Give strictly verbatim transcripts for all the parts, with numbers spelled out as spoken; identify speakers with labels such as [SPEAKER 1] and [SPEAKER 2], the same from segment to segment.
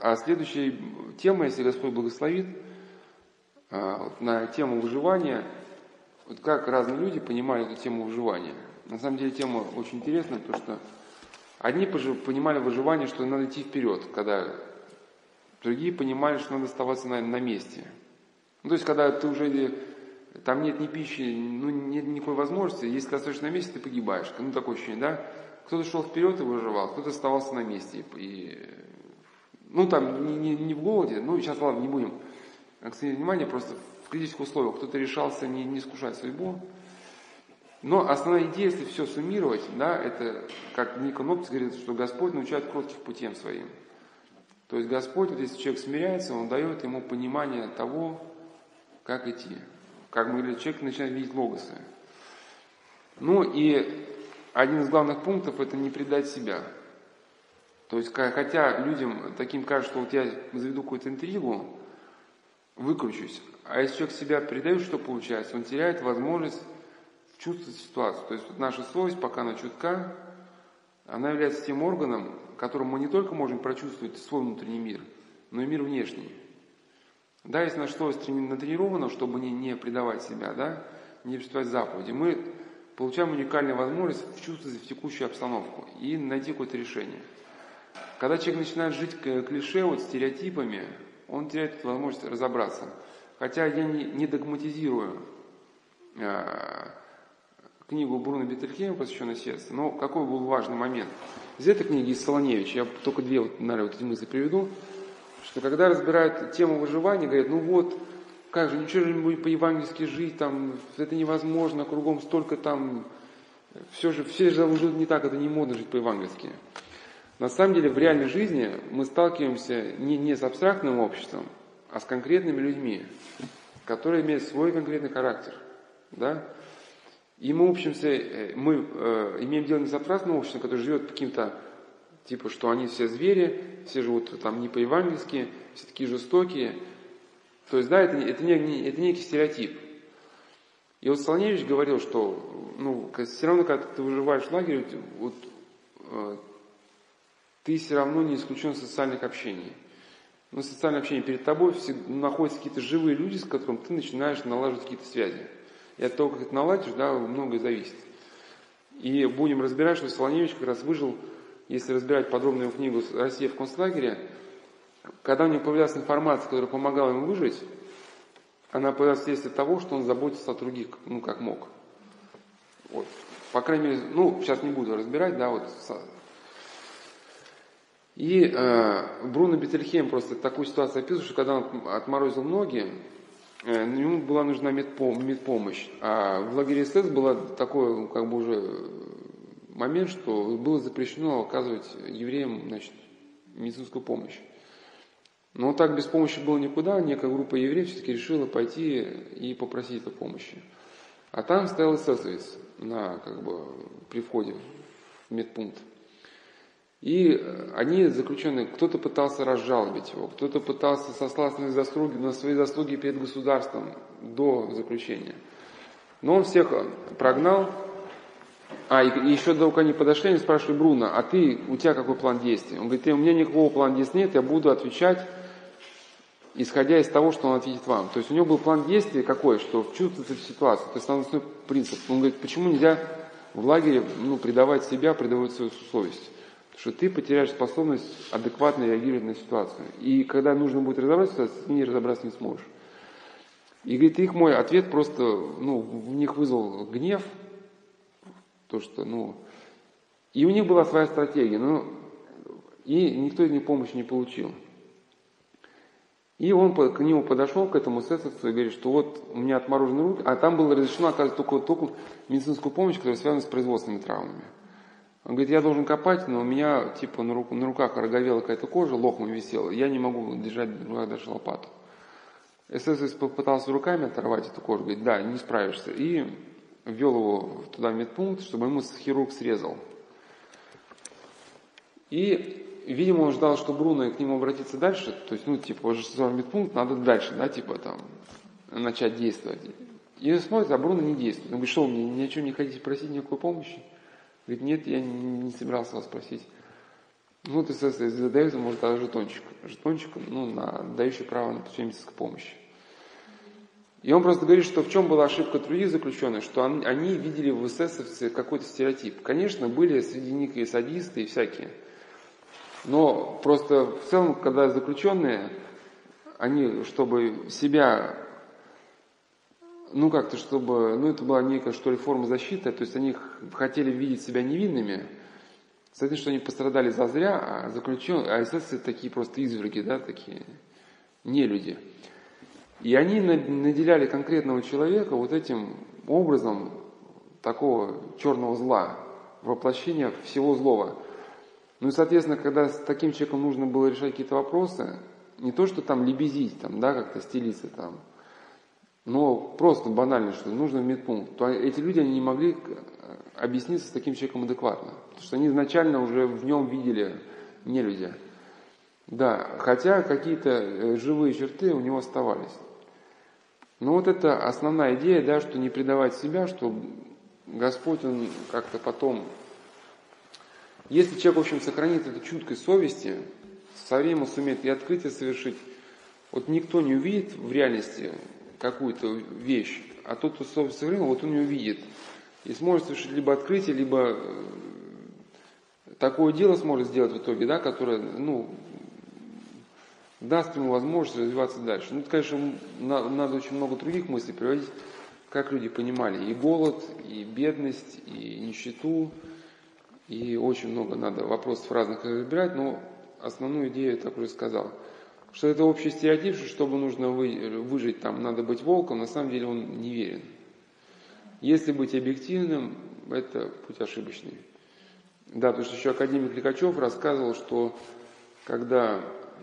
[SPEAKER 1] А следующая тема, если Господь благословит, вот на тему выживания, вот как разные люди понимали эту тему выживания. На самом деле тема очень интересная, потому что одни понимали выживание, что надо идти вперед, когда другие понимали, что надо оставаться на, на месте. Ну, то есть, когда ты уже, там нет ни пищи, ну, нет никакой возможности, если ты остаешься на месте, ты погибаешь. Ну, такое ощущение, да? Кто-то шел вперед и выживал, кто-то оставался на месте. И, ну, там, не, не, не в голоде, ну, сейчас, ладно, не будем акцентировать внимание, просто в критических условиях кто-то решался не, не искушать судьбу. Но основная идея, если все суммировать, да, это, как Никон Оптис говорит, что Господь научает кротких путем своим. То есть Господь, вот если человек смиряется, Он дает ему понимание того, как идти. Как мы говорили, человек начинает видеть логосы. Ну и один из главных пунктов – это не предать себя. То есть, хотя людям таким кажется, что вот я заведу какую-то интригу, выкручусь, а если человек себя предает, что получается? Он теряет возможность чувствовать ситуацию. То есть вот наша совесть, пока она чутка, она является тем органом, которым мы не только можем прочувствовать свой внутренний мир, но и мир внешний. Да, если наша совесть натренирована, чтобы не, не предавать себя, да, не чувствовать заповеди, мы получаем уникальную возможность вчувствовать в текущую обстановку и найти какое-то решение. Когда человек начинает жить клише, вот стереотипами, он теряет эту возможность разобраться. Хотя я не, не догматизирую э, книгу Бруно Бетельхейма, посвященную сердцу, но какой был важный момент. Из этой книги, из Солоневича, я только две, вот, наверное, вот эти мысли приведу, что когда разбирают тему выживания, говорят, ну вот, как же, ничего же не будет по-евангельски жить, там, это невозможно, кругом столько там, все же, все же живут не так, это не модно жить по-евангельски. На самом деле, в реальной жизни мы сталкиваемся не, не с абстрактным обществом, а с конкретными людьми, которые имеют свой конкретный характер, да. И мы учимся, мы э, имеем дело не с абстрактным обществом, которое живет каким-то, типа, что они все звери, все живут там не по-евангельски, все такие жестокие. То есть, да, это, это, не, это некий стереотип. И вот Солоневич говорил, что, ну, все равно, когда ты выживаешь в лагере, вот, э, ты все равно не исключен из социальных общений. Но социальное общение перед тобой всегда, находятся какие-то живые люди, с которыми ты начинаешь налаживать какие-то связи. И от того, как это наладишь, да, многое зависит. И будем разбирать, что Солоневич как раз выжил, если разбирать подробно его книгу «Россия в концлагере», когда у него появлялась информация, которая помогала ему выжить, она появилась вследствие того, что он заботился о других, ну, как мог. Вот. По крайней мере, ну, сейчас не буду разбирать, да, вот. И э, Бруно Бетельхейм просто такую ситуацию описывает, что когда он отморозил ноги, э, ему была нужна медпом- медпомощь. А в лагере СС был такой, как бы уже момент, что было запрещено оказывать евреям, значит, медицинскую помощь. Но так без помощи было никуда, некая группа евреев все-таки решила пойти и попросить этой помощи. А там стоял эсэсовец на, как бы, при входе в медпункт. И они, заключенные, кто-то пытался разжалобить его, кто-то пытался сослаться на заслуги, на свои заслуги перед государством до заключения. Но он всех прогнал. А, и, и еще до того, они подошли, они спрашивали: Бруно, а ты, у тебя какой план действий? Он говорит: у меня никакого плана действий нет, я буду отвечать, исходя из того, что он ответит вам. То есть у него был план действий какой, что чувствуется в ситуации. То есть основной принцип. Он говорит: почему нельзя в лагере, ну, предавать себя, предавать свою совесть? Потому что ты потеряешь способность адекватно реагировать на ситуацию. И когда нужно будет разобраться, с ней разобраться не сможешь. И говорит, их мой ответ просто, ну, в них вызвал гнев. То, что, ну, и у них была своя стратегия, но и никто из них помощи не получил. И он к нему подошел, к этому эсэсовцу, и говорит, что вот у меня отморожены руки, а там было разрешено оказывать только, только медицинскую помощь, которая связана с производственными травмами. Он говорит, я должен копать, но у меня типа на, руку, на руках ороговела какая-то кожа, лохма висела, я не могу держать в руках даже лопату. Эсэсовец попытался руками оторвать эту кожу, говорит, да, не справишься. И ввел его туда в медпункт, чтобы ему хирург срезал. И, видимо, он ждал, что Бруно к нему обратится дальше, то есть, ну, типа, уже что в медпункт, надо дальше, да, типа, там, начать действовать. И он смотрит, а Бруно не действует. Он говорит, что, мне ни о чем не хотите просить, никакой помощи? Говорит, нет, я не собирался вас просить. Ну, вот, естественно, если задается, может, даже жетончик. Жетончик, ну, на дающий право на получение медицинской помощи. И он просто говорит, что в чем была ошибка других заключенных, что он, они видели в эсэсовце какой-то стереотип. Конечно, были среди них и садисты, и всякие. Но просто в целом, когда заключенные, они, чтобы себя, ну как-то, чтобы, ну это была некая, что ли, форма защиты, то есть они хотели видеть себя невинными, соответственно, что они пострадали зазря, а заключенные, а эсэсовцы такие просто изверги, да, такие нелюди. И они наделяли конкретного человека вот этим образом такого черного зла, воплощения всего злого. Ну и, соответственно, когда с таким человеком нужно было решать какие-то вопросы, не то, что там лебезить, там, да, как-то стелиться там, но просто банально, что нужно в медпункт, то эти люди, они не могли объясниться с таким человеком адекватно, потому что они изначально уже в нем видели нелюдя. Да, хотя какие-то живые черты у него оставались. Но вот это основная идея, да, что не предавать себя, что Господь, Он как-то потом... Если человек, в общем, сохранит эту чуткость совести, со временем сумеет и открытие совершить, вот никто не увидит в реальности какую-то вещь, а тот, кто совесть сохранил, вот он ее увидит. И сможет совершить либо открытие, либо такое дело сможет сделать в итоге, да, которое, ну, даст ему возможность развиваться дальше. Ну, это, конечно, надо очень много других мыслей приводить, как люди понимали и голод, и бедность, и нищету, и очень много надо вопросов разных разбирать, но основную идею я так уже сказал. Что это общий стереотип, что чтобы нужно вы, выжить, там надо быть волком, на самом деле он неверен. Если быть объективным, это путь ошибочный. Да, потому что еще академик Лихачев рассказывал, что когда...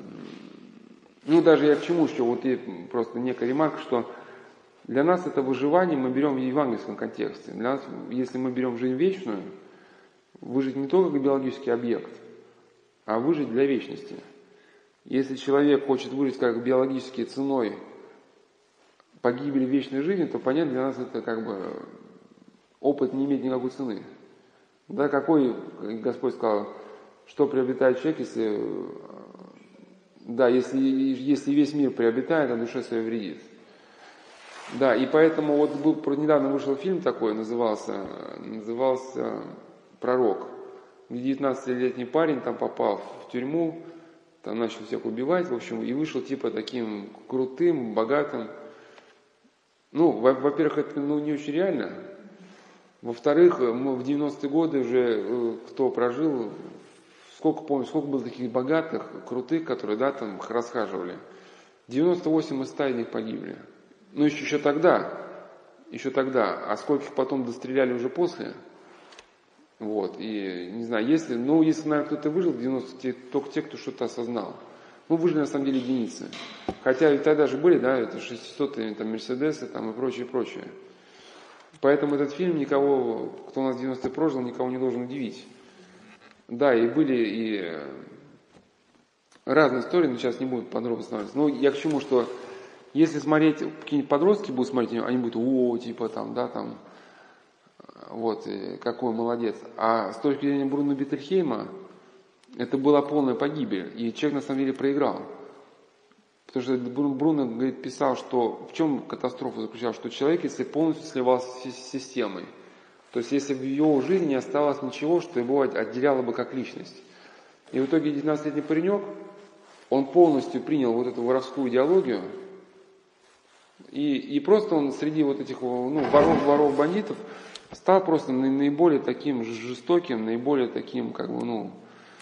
[SPEAKER 1] Ну, даже я к чему еще, вот и просто некая ремарка, что для нас это выживание мы берем в евангельском контексте. Для нас, если мы берем жизнь вечную, выжить не только как биологический объект, а выжить для вечности. Если человек хочет выжить как биологически ценой погибели вечной жизни, то понятно, для нас это как бы опыт не имеет никакой цены. Да, какой, Господь сказал, что приобретает человек, если, да, если, если весь мир приобретает, а душе своей вредит. Да, и поэтому вот был, недавно вышел фильм такой, назывался, назывался «Пророк», где девятнадцатилетний парень там попал в тюрьму, там начал всех убивать, в общем, и вышел типа таким крутым, богатым. Ну, во-первых, это ну, не очень реально. Во-вторых, мы в девяностые годы уже, кто прожил, сколько помню, сколько было таких богатых, крутых, которые, да, там расхаживали. девяносто восемь из ста из них погибли. Ну, еще, еще тогда, еще тогда. А сколько их потом достреляли уже после? Вот, и не знаю, если, ну, если, наверное, кто-то выжил в девяностые, только те, кто что-то осознал. Ну, выжили на самом деле единицы. Хотя и тогда же были, да, это шестисотые, там, Мерседесы, там, и прочее, прочее. Поэтому этот фильм никого, кто у нас в девяностые прожил, никого не должен удивить. Да, и были и разные истории, но сейчас не буду подробно останавливаться. Но я к чему, что если смотреть, какие-нибудь подростки будут смотреть, они будут, о, типа там, да, там, вот, какой молодец. А с точки зрения Бруно Беттельхейма, это была полная погибель, и человек на самом деле проиграл. Потому что Бруно, говорит, писал, что в чем катастрофа заключалась, что человек, если полностью сливался с системой, то есть если в его жизни не осталось ничего, что его отделяло бы как личность. И в итоге девятнадцатилетний паренек, он полностью принял вот эту воровскую идеологию, и, и просто он среди вот этих ну, воров, воров, бандитов стал просто наиболее таким жестоким, наиболее таким, как бы, ну,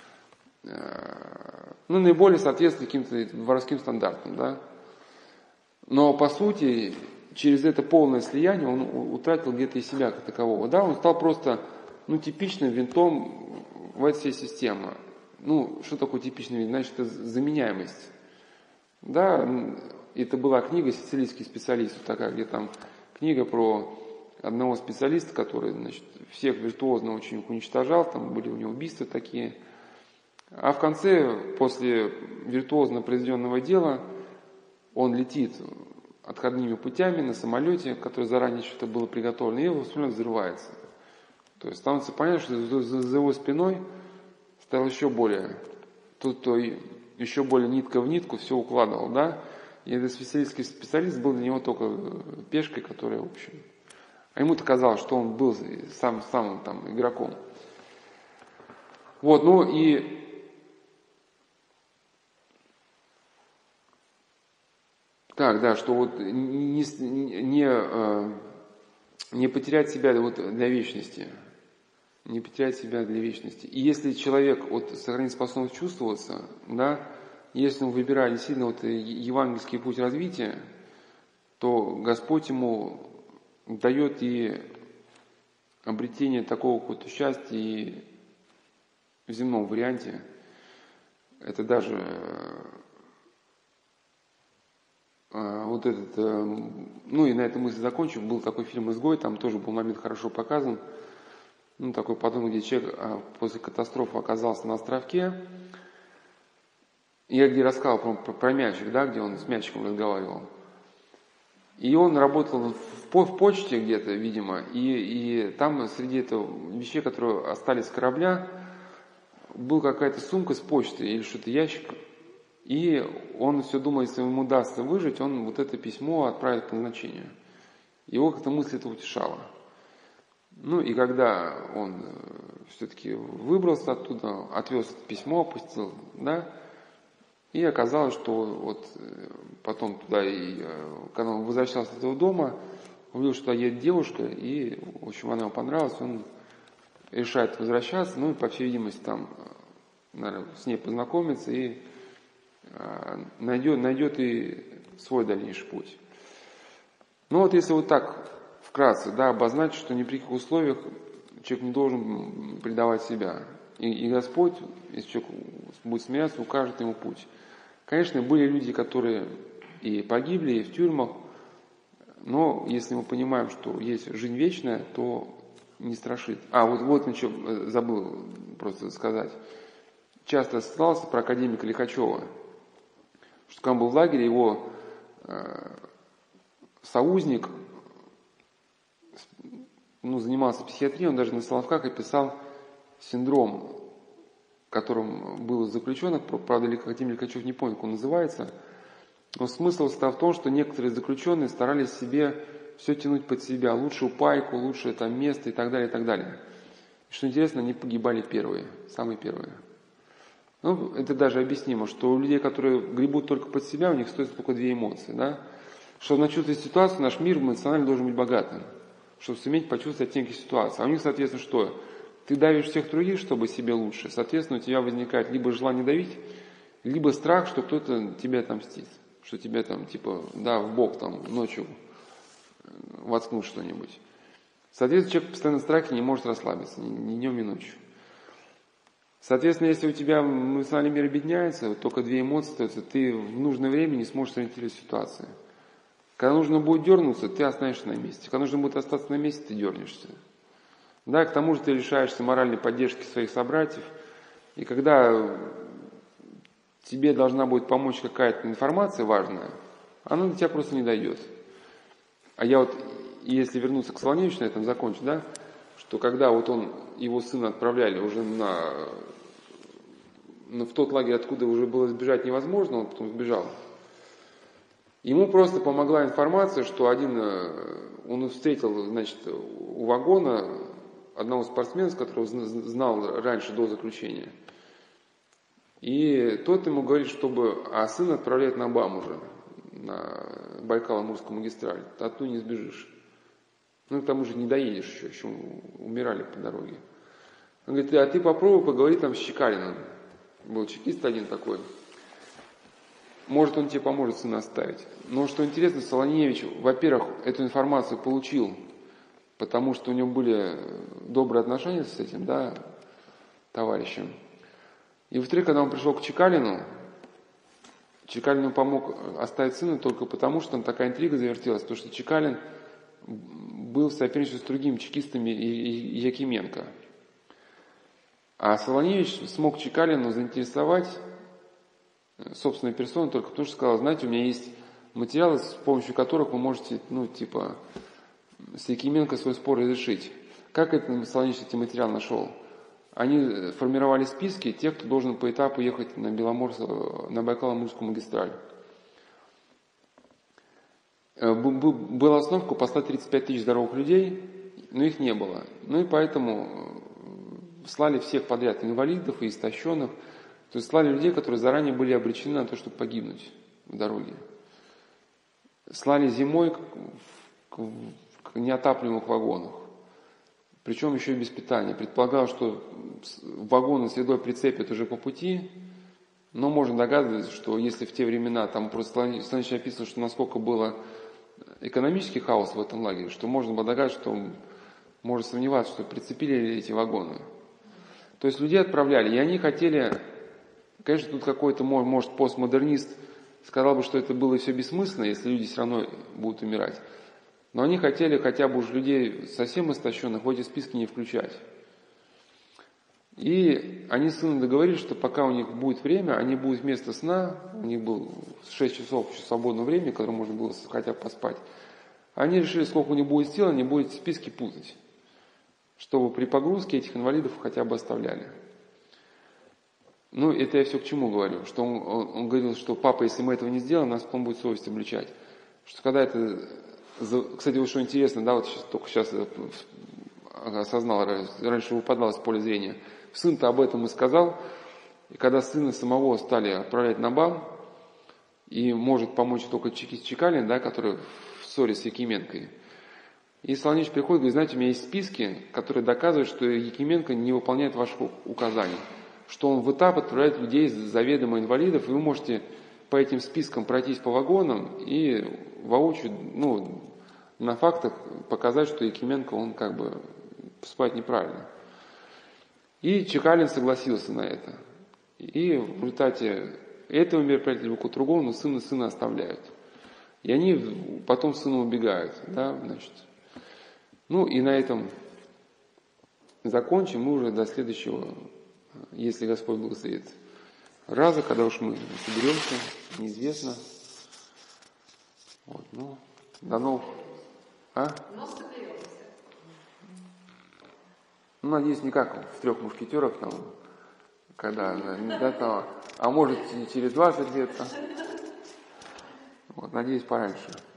[SPEAKER 1] ну, наиболее соответствует каким-то воровским стандартам, да. Но, по сути, через это полное слияние он утратил где-то и себя как такового, да. Он стал просто, ну, типичным винтом в этой всей системе. Ну, что такое типичный винт? Значит, это заменяемость. Да, это была книга «Сицилийский специалист», вот такая, где там книга про одного специалиста, который, значит, всех виртуозно очень уничтожал, там были у него убийства такие. А в конце, после виртуозно произведенного дела, он летит отходными путями на самолете, который заранее что-то было приготовлено, и его самолет взрывается. То есть становится понятно, что за, за, за его спиной стал еще более, тут то еще более нитка в нитку все укладывал, да, и этот специалистский специалист был для него только пешкой, которая, в общем, а ему-то казалось, что он был сам, самым там игроком. Вот, ну и так, да, что вот не, не, не потерять себя вот для вечности. Не потерять себя для вечности. И если человек вот сохранит способность чувствоваться, да, если он выбирает действительно вот евангельский путь развития, то Господь ему дает и обретение такого какого-то счастья и в земном варианте. Это даже э, вот этот, э, ну и на этой мысли закончу, был такой фильм «Изгой», там тоже был момент хорошо показан. Ну, такой подобный, где человек э, после катастрофы оказался на островке. Я где рассказывал про, про, про мячик, да, где он с мячиком разговаривал. И он работал в, в почте где-то, видимо, и, и там среди этого вещей, которые остались с корабля, была какая-то сумка с почтой или что-то, ящик. И он все думал, если ему удастся выжить, он вот это письмо отправит по назначению. Его как-то мысль это утешала. Ну и когда он все-таки выбрался оттуда, отвез это письмо, опустил, да, и оказалось, что вот потом туда, и когда он возвращался с этого дома, увидел, что туда едет девушка, и, в общем, она ему понравилась, он решает возвращаться, ну и, по всей видимости, там, наверное, с ней познакомится и найдет, найдет и свой дальнейший путь. Ну вот если вот так вкратце, да, обозначить, что ни при каких условиях человек не должен предавать себя. И, и Господь, если человек будет смеяться, укажет ему путь. Конечно, были люди, которые и погибли, и в тюрьмах, но если мы понимаем, что есть жизнь вечная, то не страшит. А, вот, вот еще забыл просто сказать. Часто ссылался про академика Лихачева, что когда он был в лагере, его э, соузник, ну, занимался психиатрией, он даже на Соловках описал синдром, которым был заключенных, правда, академик Лихачев не помню, как он называется, но смысл состоял в том, что некоторые заключенные старались себе все тянуть под себя, лучшую пайку, лучшее там место и так далее, и так далее. И что интересно, они погибали первые, самые первые. Ну, это даже объяснимо, что у людей, которые гребут только под себя, у них стоит только две эмоции, да. Чтобы начувствовать ситуацию, наш мир эмоционально должен быть богатым, чтобы суметь почувствовать оттенки ситуации. А у них, соответственно, что? Ты давишь всех других, чтобы себе лучше. Соответственно, у тебя возникает либо желание давить, либо страх, что кто-то тебе отомстит. Что тебе там, типа, да, в бок там ночью воткнут что-нибудь. Соответственно, человек в постоянном страхе не может расслабиться ни, ни днем, ни ночью. Соответственно, если у тебя эмоциональный мир объединяется, вот только две эмоции остаются, ты в нужное время не сможешь сориентировать ситуацию. Когда нужно будет дернуться, ты останешься на месте. Когда нужно будет остаться на месте, ты дернешься. Да, к тому же ты лишаешься моральной поддержки своих собратьев. И когда тебе должна будет помочь какая-то информация важная, она до тебя просто не дойдет. А я вот, если вернуться к Солоневичу, на этом закончу, да, что когда вот он, его сына отправляли уже на, на, в тот лагерь, откуда уже было сбежать невозможно, он потом сбежал. Ему просто помогла информация, что один, он встретил, значит, у вагона одного спортсмена, которого знал раньше, до заключения. И тот ему говорит, чтобы, а сына отправляет на БАМ уже, на Байкало-Амурскую магистраль, ты оттуда не сбежишь. Ну, к тому же не доедешь еще, еще умирали по дороге. Он говорит, а ты попробуй поговорить там с Чекалиным. Был чекист один такой. Может, он тебе поможет сына оставить. Но что интересно, Солоневич, во-первых, эту информацию получил, потому что у него были добрые отношения с этим, да, товарищем. И во-вторых, когда он пришел к Чекалину, Чекалину помог оставить сына только потому, что там такая интрига завертелась, потому что Чекалин был в соперничестве с другими чекистами и Якименко. А Солоневич смог Чекалину заинтересовать собственной персоной только потому, что сказал, знаете, у меня есть материалы, с помощью которых вы можете, ну, типа, с Якименко свой спор разрешить. Как это Солоневич эти материалы нашел? они формировали списки тех, кто должен по этапу ехать на, Беломорск, на Байкало-Амурскую магистраль. Была остановка, послать тридцать пять тысяч здоровых людей, но их не было. Ну и поэтому слали всех подряд, инвалидов и истощенных. То есть слали людей, которые заранее были обречены на то, чтобы погибнуть в дороге. Слали зимой в неотапливаемых вагонах. Причем еще и без питания. Предполагал, что вагоны с едой прицепят уже по пути, но можно догадываться, что если в те времена, там просто сначала написано, что насколько было экономический хаос в этом лагере, что можно было догадываться, что можно сомневаться, что прицепили ли эти вагоны. То есть людей отправляли, и они хотели, конечно, тут какой-то, может, постмодернист сказал бы, что это было все бессмысленно, если люди все равно будут умирать. Но они хотели хотя бы уж людей совсем истощенных в эти списки не включать. И они с сыном договорились, что пока у них будет время, они будут вместо сна, у них было шесть часов еще свободного времени, которое можно было хотя бы поспать, они решили, сколько у них будет сил, они будут списки путать, чтобы при погрузке этих инвалидов хотя бы оставляли. Ну, это я все к чему говорю, что он, он, он говорил, что папа, если мы этого не сделаем, нас потом будет совесть обличать. Что когда это... Кстати, вот что интересно, да, вот сейчас, только сейчас осознал, раньше выпадал из поля зрения. Сын-то об этом и сказал, и когда сына самого стали отправлять на бан, и может помочь только Чекист Чекалин, да, который в ссоре с Якименкой. И Солонич приходит и говорит, знаете, у меня есть списки, которые доказывают, что Якименко не выполняет ваших указаний, что он в этап отправляет людей заведомо инвалидов, и вы можете по этим спискам пройтись по вагонам и воочию, ну, на фактах показать, что Якименко, он как бы поступает неправильно. И Чекалин согласился на это. И в результате этого мероприятия либо к другому, но сына сына оставляют. И они потом с сыном убегают. Да, значит. Ну и на этом закончим. Мы уже до следующего, если Господь благословит, раза, когда уж мы соберемся, неизвестно. Вот, ну, до новых. А? Ну, надеюсь, не как в трех мушкетерах, там, когда, да, там, а может, через двадцать лет. Вот, надеюсь, пораньше.